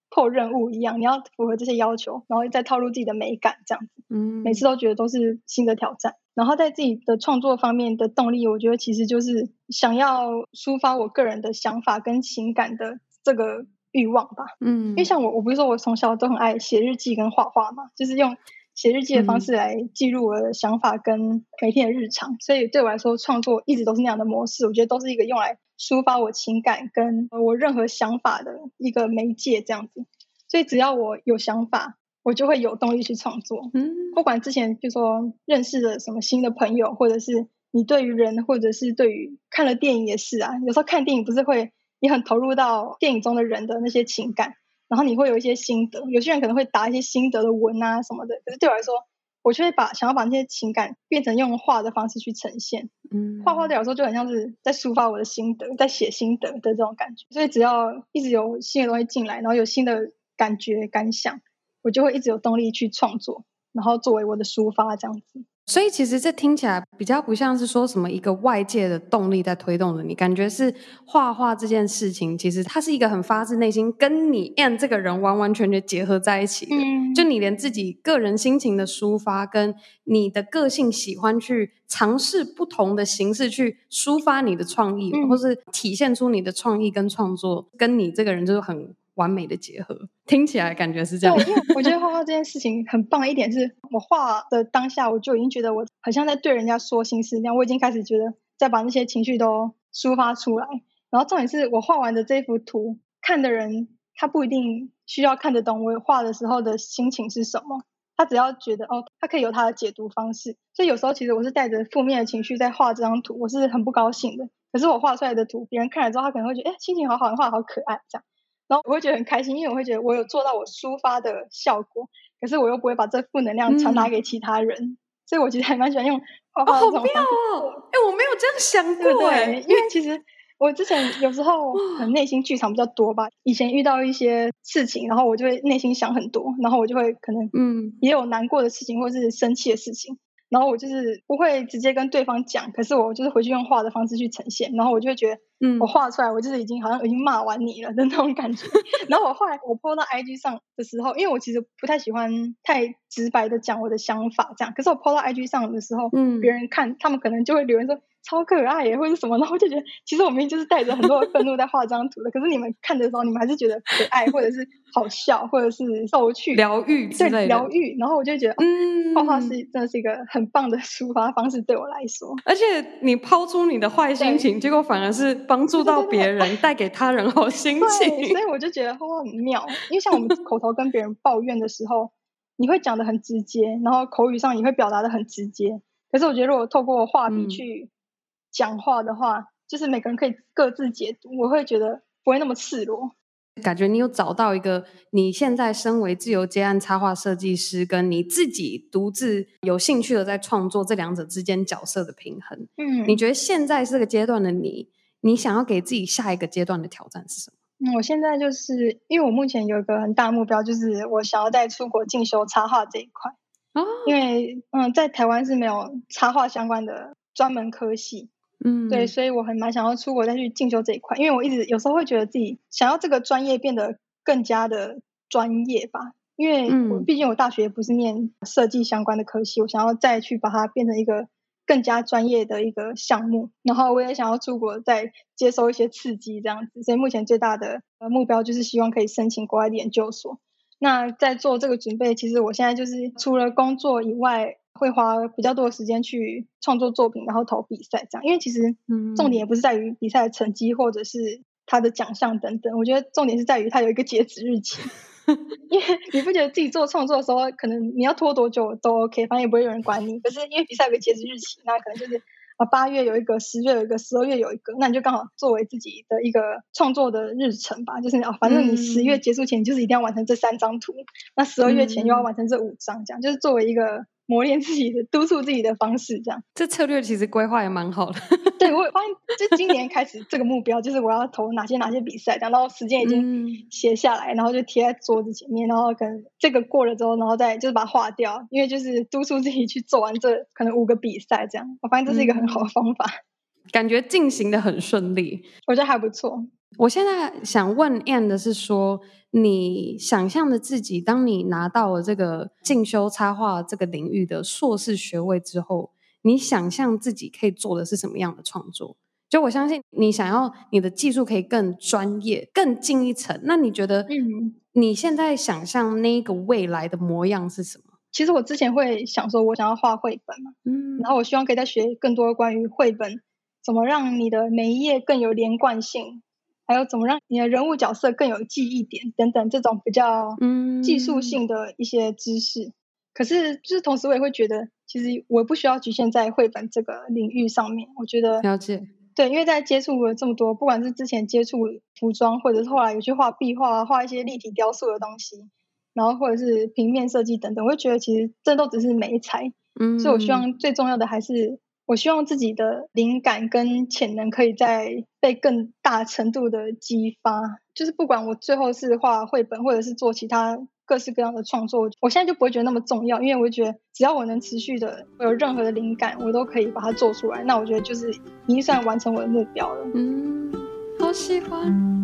破任务一样，你要符合这些要求，然后再套入自己的美感这样子。每次都觉得都是新的挑战。然后在自己的创作方面的动力，我觉得其实就是想要抒发我个人的想法跟情感的这个欲望吧。因为像我不是说我从小都很爱写日记跟画画嘛，就是用写日记的方式来记录我的想法跟每天的日常，所以对我来说创作一直都是那样的模式，我觉得都是一个用来抒发我情感跟我任何想法的一个媒介这样子。所以只要我有想法，我就会有动力去创作。不管之前就说认识了什么新的朋友，或者是你对于人，或者是对于看了电影也是啊，有时候看电影不是会你很投入到电影中的人的那些情感，然后你会有一些心得，有些人可能会打一些心得的文啊什么的，可是对我来说，我就会想要把那些情感变成用画的方式去呈现。画画对我来说就很像是在抒发我的心得，在写心得的这种感觉。所以只要一直有新的东西进来，然后有新的感觉感想，我就会一直有动力去创作，然后作为我的抒发这样子。 所以其实这听起来比较不像是说什么一个外界的动力在推动着你，感觉是画画这件事情其实它是一个很发自内心跟你 Ann 这个人完完全全结合在一起的。就你连自己个人心情的抒发跟你的个性喜欢去尝试不同的形式去抒发你的创意，或是体现出你的创意跟创作，跟你这个人就是很完美的结合，听起来感觉是这样。 对，因为我觉得画画这件事情很棒的一点是，我画的当下我就已经觉得我好像在对人家说心事那样，我已经开始觉得在把那些情绪都抒发出来。然后重点是我画完的这幅图，看的人他不一定需要看得懂我画的时候的心情是什么，他只要觉得他可以有他的解读方式。所以有时候其实我是带着负面的情绪在画这张图，我是很不高兴的。可是我画出来的图，别人看了之后，他可能会觉得心情好好，你画得好可爱这样。然后我会觉得很开心，因为我会觉得我有做到我抒发的效果，可是我又不会把这负能量传达给其他人。所以我其实还蛮喜欢用画画的这种方式。 我没有这样想过。 对，因为其实我之前有时候可能内心剧场比较多吧，以前遇到一些事情，然后我就会内心想很多，然后我就会可能也有难过的事情或是生气的事情，然后我就是不会直接跟对方讲，可是我就是回去用画的方式去呈现，然后我就会觉得我画出来我就是好像已经骂完你了的那种感觉。然后我后来我 po 到 IG 上的时候，因为我其实不太喜欢太直白的讲我的想法这样，可是我 po 到 IG 上的时候，别人看他们可能就会留言说超可爱耶或者什么，然后我就觉得其实我明明就是带着很多的愤怒在画这张图的，可是你们看的时候你们还是觉得可爱或者是好笑或者是逗趣疗愈之类的。 对，疗愈。然后我就觉得画画是真的是一个很棒的抒发方式对我来说。 而且你抛出你的坏心情，结果反而是帮助到别人，带给他人好心情。 对，所以我就觉得画画很妙，因为像我们口头跟别人抱怨的时候，你会讲得很直接，然后口语上也会表达得很直接。可是我觉得如果透过画笔去讲话的话，就是每个人可以各自解读，我会觉得不会那么赤裸。 感觉你有找到一个你现在身为自由接案插画设计师跟你自己独自有兴趣的在创作这两者之间角色的平衡。你觉得现在这个阶段的你想要给自己下一个阶段的挑战是什么？ 我现在就是因为我目前有一个很大的目标，就是我想要在出国进修插画这一块。因为在台湾是没有插画相关的专门科系。对，所以我蛮想要出国再去进修这一块，因为我一直有时候会觉得自己想要这个专业变得更加的专业吧，因为毕竟我大学不是念设计相关的科系，我想要再去把它变成一个更加专业的一个项目，然后我也想要出国再接收一些刺激这样子，所以目前最大的目标就是希望可以申请国外的研究所。那在做这个准备，其实我现在就是除了工作以外，会花比较多的时间去创作作品，然后投比赛这样。因为其实重点也不是在于比赛的成绩或者是它的奖项等等，我觉得重点是在于它有一个截止日期。因为你不觉得自己做创作的时候，可能你要拖多久都 OK， 反正也不会有人管你。可是因为比赛有个截止日期，那可能就是8月有一个，10月有一个，12月有一个，那你就刚好作为自己的一个创作的日程吧，就是反正你10月结束前就是一定要完成这3张图，那12月前又要完成这5张，这样就是作为一个磨练自己的、督促自己的方式，这样。 这策略其实规划也蛮好的。 对，我发现就今年开始这个目标就是我要投哪些比赛，然后时间已经写下来，然后就贴在桌子前面，然后可能这个过了之后，然后再就是把它划掉，因为就是督促自己去做完这可能5个比赛这样。我发现这是一个很好的方法。 感觉进行的很顺利。 我觉得还不错。 我现在想问 Anne 的是说，你想象的自己，当你拿到了这个进修插画这个领域的硕士学位之后，你想象自己可以做的是什么样的创作？就我相信你想要你的技术可以更专业、更进一层。那你觉得你现在想象那个未来的模样是什么？ 其实我之前会想说，我想要画绘本嘛，然后我希望可以再学更多关于绘本怎么让你的每一页更有连贯性，还有怎么让你的人物角色更有记忆点等等这种比较技术性的一些知识。可是就是同时我也会觉得，其实我不需要局限在绘本这个领域上面。我觉得了解， 对，因为在接触了这么多，不管是之前接触服装，或者是后来有去画壁画、画一些立体雕塑的东西，然后或者是平面设计等等，我会觉得其实这都只是媒材。所以我希望最重要的还是，我希望自己的灵感跟潜能可以再被更大程度的激发。就是不管我最后是画绘本，或者是做其他各式各样的创作，我现在就不会觉得那么重要，因为我觉得只要我能持续的有任何的灵感，我都可以把它做出来。那我觉得就是已经算完成我的目标了。 好喜欢。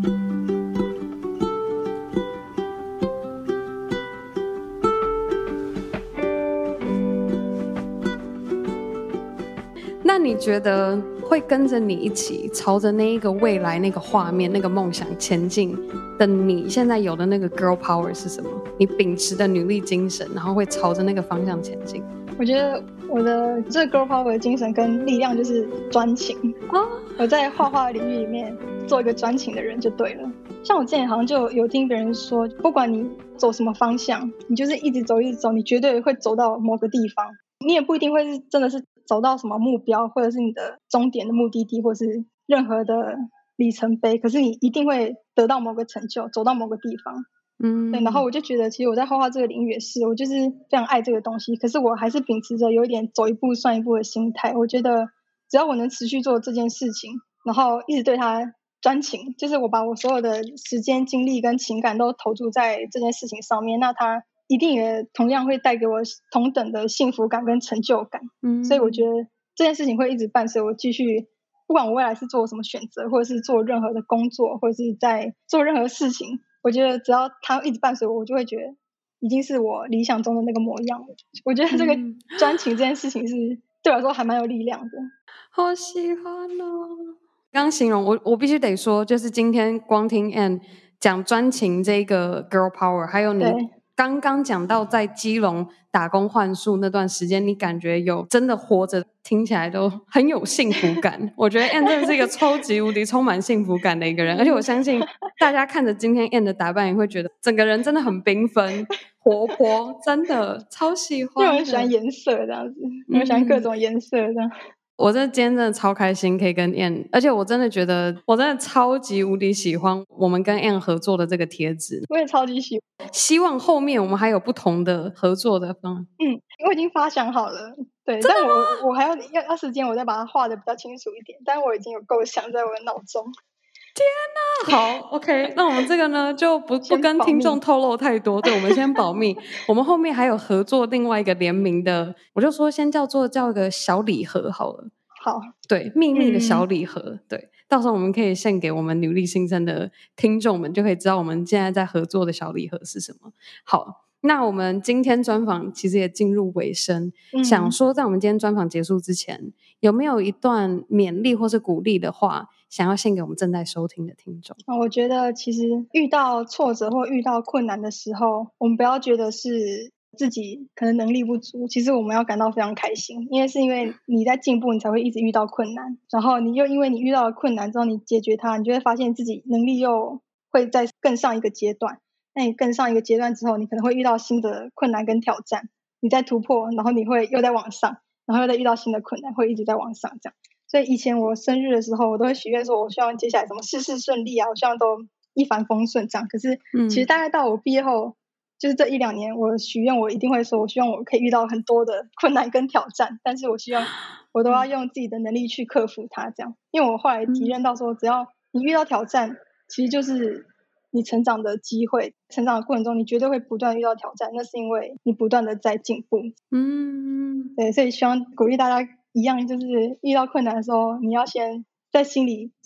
那你觉得会跟着你一起朝着那一个未来、那个画面、那个梦想前进的你现在有的那个 girl power 是什么？你秉持的女力精神，然后会朝着那个方向前进。 我觉得我的这个 girl power 的精神跟力量就是专情。我在画画领域里面做一个专情的人就对了。像我之前好像就有听别人说，不管你走什么方向，你就是一直走一直走，你绝对会走到某个地方。你也不一定会是真的是走到什么目标，或者是你的终点的目的地，或是任何的里程碑，可是你一定会得到某个成就，走到某个地方。对，然后我就觉得其实我在画画这个领域也是，我就是非常爱这个东西，可是我还是秉持着有一点走一步算一步的心态。我觉得只要我能持续做这件事情，然后一直对它专情，就是我把我所有的时间精力跟情感都投注在这件事情上面，那它一定也同样会带给我同等的幸福感跟成就感。所以我觉得这件事情会一直伴随我继续，不管我未来是做什么选择，或者是做任何的工作，或者是在做任何事情，我觉得只要它一直伴随我，我就会觉得已经是我理想中的那个模样了。我觉得这个专情这件事情是对我来说还蛮有力量的。 好喜欢哦！刚形容我必须得说，就是今天光听 Anne 讲专情这个 girl power， 还有你刚刚讲到在基隆打工换宿那段时间，你感觉有真的活着，听起来都很有幸福感。我觉得 Anne 真的是一个超级无敌充满幸福感的一个人，而且我相信大家看着今天 Anne 的打扮，也会觉得整个人真的很缤纷活泼，真的超喜欢的。 因为我很喜欢颜色这样子，我喜欢各种颜色这样。 我今天真的超开心可以跟 Anne， 而且我真的觉得我真的超级无敌喜欢我们跟 Anne 合作的这个贴纸。 我也超级喜欢， 希望后面我们还有不同的合作的方案。 我已经发想好了，对，但我还要时间，我再把它画的比较清楚一点，但我已经有构想在我的脑中。 天哪，好 OK， 那我们这个呢就不跟听众透露太多，对，我们先保密。我们后面还有合作另外一个联名的，我就说先叫一个小礼盒好了。 好， 对，秘密的小礼盒，对，到时候我们可以献给我们女力新生的听众们，就可以知道我们现在在合作的小礼盒是什么。好，那我们今天专访其实也进入尾声，想说在我们今天专访结束之前，有没有一段勉励或是鼓励的话，想要献给我们正在收听的听众？ 我觉得其实遇到挫折或遇到困难的时候，我们不要觉得是自己可能能力不足，其实我们要感到非常开心，因为你在进步，你才会一直遇到困难，然后你又因为你遇到了困难之后，你解决它，你就会发现自己能力又会再更上一个阶段。那你更上一个阶段之后，你可能会遇到新的困难跟挑战，你再突破，然后你会又在往上，然后又再遇到新的困难，会一直在往上这样。所以以前我生日的时候，我都会许愿说，我希望接下来什么事事顺利啊，我希望都一帆风顺这样。可是其实大概到我毕业后，就是这1-2年，我许愿我一定会说，我希望我可以遇到很多的困难跟挑战，但是我希望我都要用自己的能力去克服它这样。因为我后来体认到说，只要你遇到挑战，其实就是你成长的机会，成长的过程中你绝对会不断遇到挑战，那是因为你不断的在进步。对，所以希望鼓励大家一样，就是遇到困难的时候，你要先在心里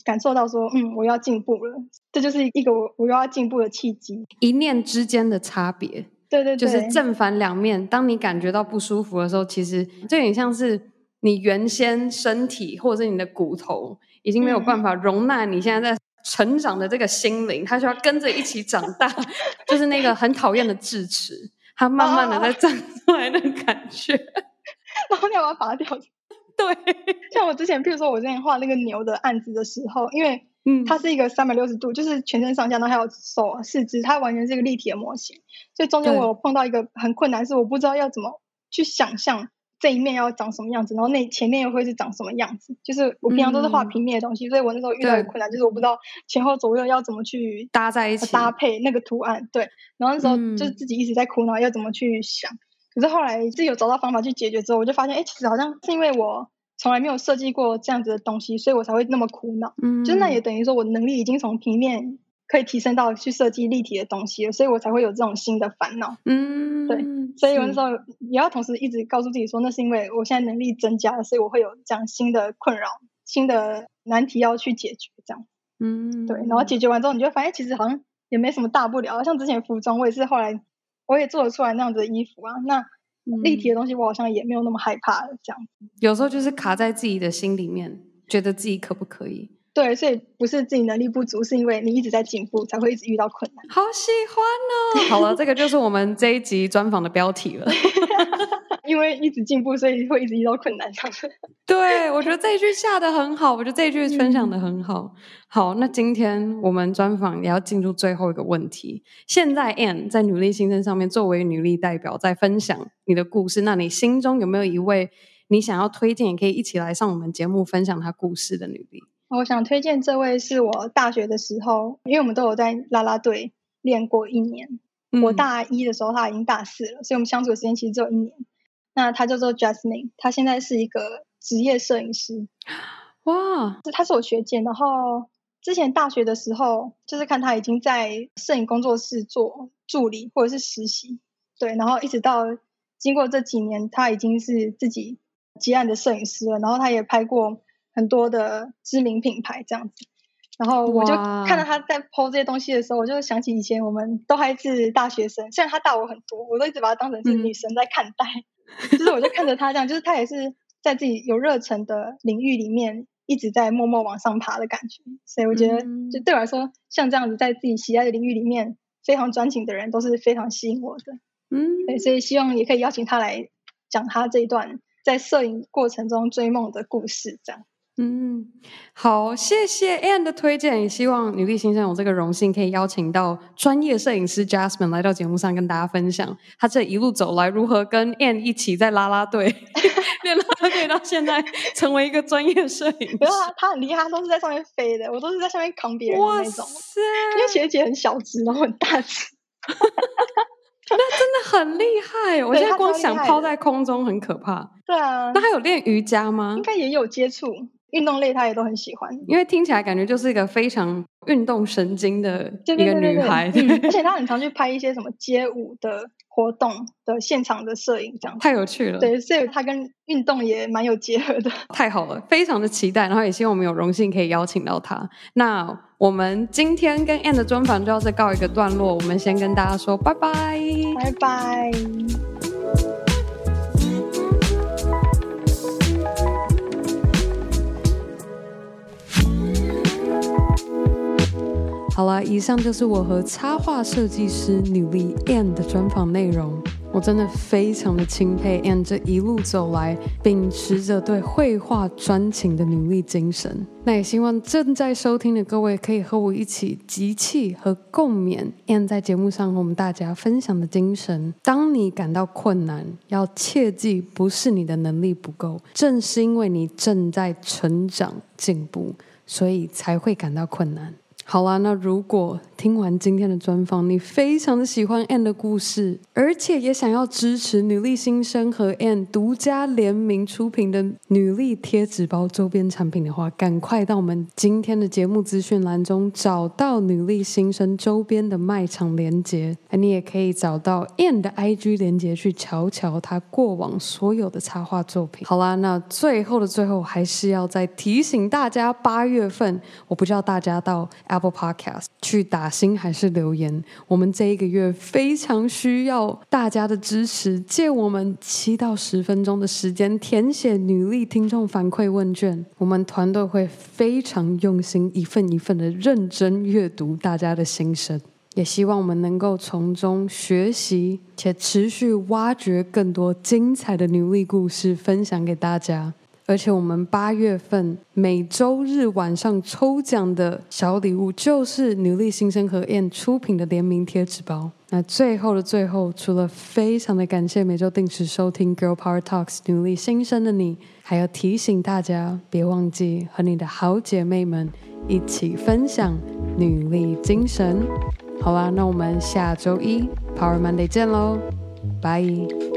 感受到说我要进步了，这就是一个我又要进步的契机， 一念之间的差别。 对对对， 就是正反两面。当你感觉到不舒服的时候，其实这有点像是你原先身体或者是你的骨头已经没有办法容纳你现在在成长的这个心灵，它需要跟着一起长大，就是那个很讨厌的智齿，它慢慢的在长出来的感觉。 然后你要把它拔掉。 对， 像我之前，譬如说我之前画那个牛的案子的时候，因为它是一个360度，就是全身上下，然后还有手四肢，它完全是一个立体的模型。所以中间我有碰到一个很困难，是我不知道要怎么去想象这一面要长什么样子，然后那前面又会是长什么样子。就是我平常都是画平面的东西，所以我那时候遇到一个困难，就是我不知道前后左右要怎么去搭在一起搭配那个图案。对，然后那时候就是自己一直在苦恼要怎么去想。可是后来自己有找到方法去解决之后，我就发现其实好像是因为我从来没有设计过这样子的东西，所以我才会那么苦恼。就是那也等于说我能力已经从平面可以提升到去设计立体的东西了，所以我才会有这种新的烦恼。对，所以我那时候也要同时一直告诉自己说，那是因为我现在能力增加了，所以我会有这样新的困扰、新的难题要去解决这样。对，然后解决完之后，你就会发现其实好像也没什么大不了。像之前服装，我也是后来我也做得出来那样子的衣服啊，那立体的东西我好像也没有那么害怕了这样。 有时候就是卡在自己的心里面，觉得自己可不可以。 对，所以不是自己能力不足，是因为你一直在进步，才会一直遇到困难。 好喜欢哦！好了，这个就是我们这一集专访的标题了。 因为一直进步，所以会一直遇到困难。 对，我觉得这一句下得很好，我觉得这一句分享得很好。好，那今天我们专访也要进入最后一个问题。现在 Anne 在女力新生上面作为女力代表，在分享你的故事，那你心中有没有一位你想要推荐，也可以一起来上我们节目分享她故事的女力？ 我想推荐这位是我大学的时候，因为我们都有在啦啦队练过1年。我大1的时候，他已经大4了，所以我们相处的时间其实只有1年。那他叫做 Jasmine， 他现在是一个职业摄影师。哇！他是我学姐，然后之前大学的时候，就是看他已经在摄影工作室做助理或者是实习，对，然后一直到经过这几年，他已经是自己接案的摄影师了，然后他也拍过很多的知名品牌这样子。然后我就看到他在 po 这些东西的时候，我就想起以前我们都还是大学生，虽然他大我很多，我都一直把他当成是女神在看待。就是我就看着他这样，就是他也是在自己有热忱的领域里面一直在默默往上爬的感觉。所以我觉得就对我来说，像这样子在自己喜爱的领域里面非常专情的人都是非常吸引我的。对，所以希望也可以邀请他来讲他这一段在摄影过程中追梦的故事这样。 好，谢谢 Anne 的推荐，也希望女力新生有这个荣幸可以邀请到专业摄影师 Jasmine 来到节目上跟大家分享她这一路走来如何跟 Anne 一起在啦啦队练啦啦队到现在成为一个专业摄影师。 他很厉害，他都是在上面飞的，我都是在上面扛别人的那种。因为学姐很小只，然后很大只。 那真的很厉害，我现在光想抛在空中很可怕。 对啊， 那他有练瑜伽吗？ 应该也有接触运动类，他也都很喜欢。 因为听起来感觉就是一个非常运动神经的一个女孩。 而且他很常去拍一些什么街舞的活动的现场的摄影，这样太有趣了。 对，所以他跟运动也蛮有结合的。 太好了，非常的期待，然后也希望我们有荣幸可以邀请到他。那我们今天跟 Anne 的专访就要再告一个段落，我们先跟大家说拜拜， 拜拜。 好了，以上就是我和插画设计师女力 Anne 的专访内容。我真的非常的钦佩 Anne 这一路走来秉持着对绘画专情的女力精神。那也希望正在收听的各位可以和我一起集气和共勉 Anne 在节目上和我们大家分享的精神。当你感到困难，要切记不是你的能力不够，正是因为你正在成长进步，所以才会感到困难。 好啦，那如果听完今天的专访，你非常的喜欢 Anne 的故事，而且也想要支持女力新生和 Anne 独家联名出品的女力贴纸包周边产品的话，赶快到我们今天的节目资讯栏中找到女力新生周边的卖场连结，你也可以找到 Anne 的 IG 连结去瞧瞧她过往所有的插画作品。好啦，那最后的最后，还是要再提醒大家，8月份我不知道大家到 Apple Podcast 去打星还是留言，我们这一个月非常需要大家的支持，借我们7到10分钟的时间填写女力听众反馈问卷，我们团队会非常用心一份一份的认真阅读大家的心声，也希望我们能够从中学习且持续挖掘更多精彩的女力故事分享给大家。而且我们8月份每周日晚上抽奖的小礼物就是女力新生和 Anne 出品的联名贴纸包。那最后的最后，除了非常的感谢每周定时收听 Girl Power Talks 女力新生的你，还要提醒大家别忘记和你的好姐妹们一起分享女力精神。好啦，那我们下周一 Power Monday 见咯，拜。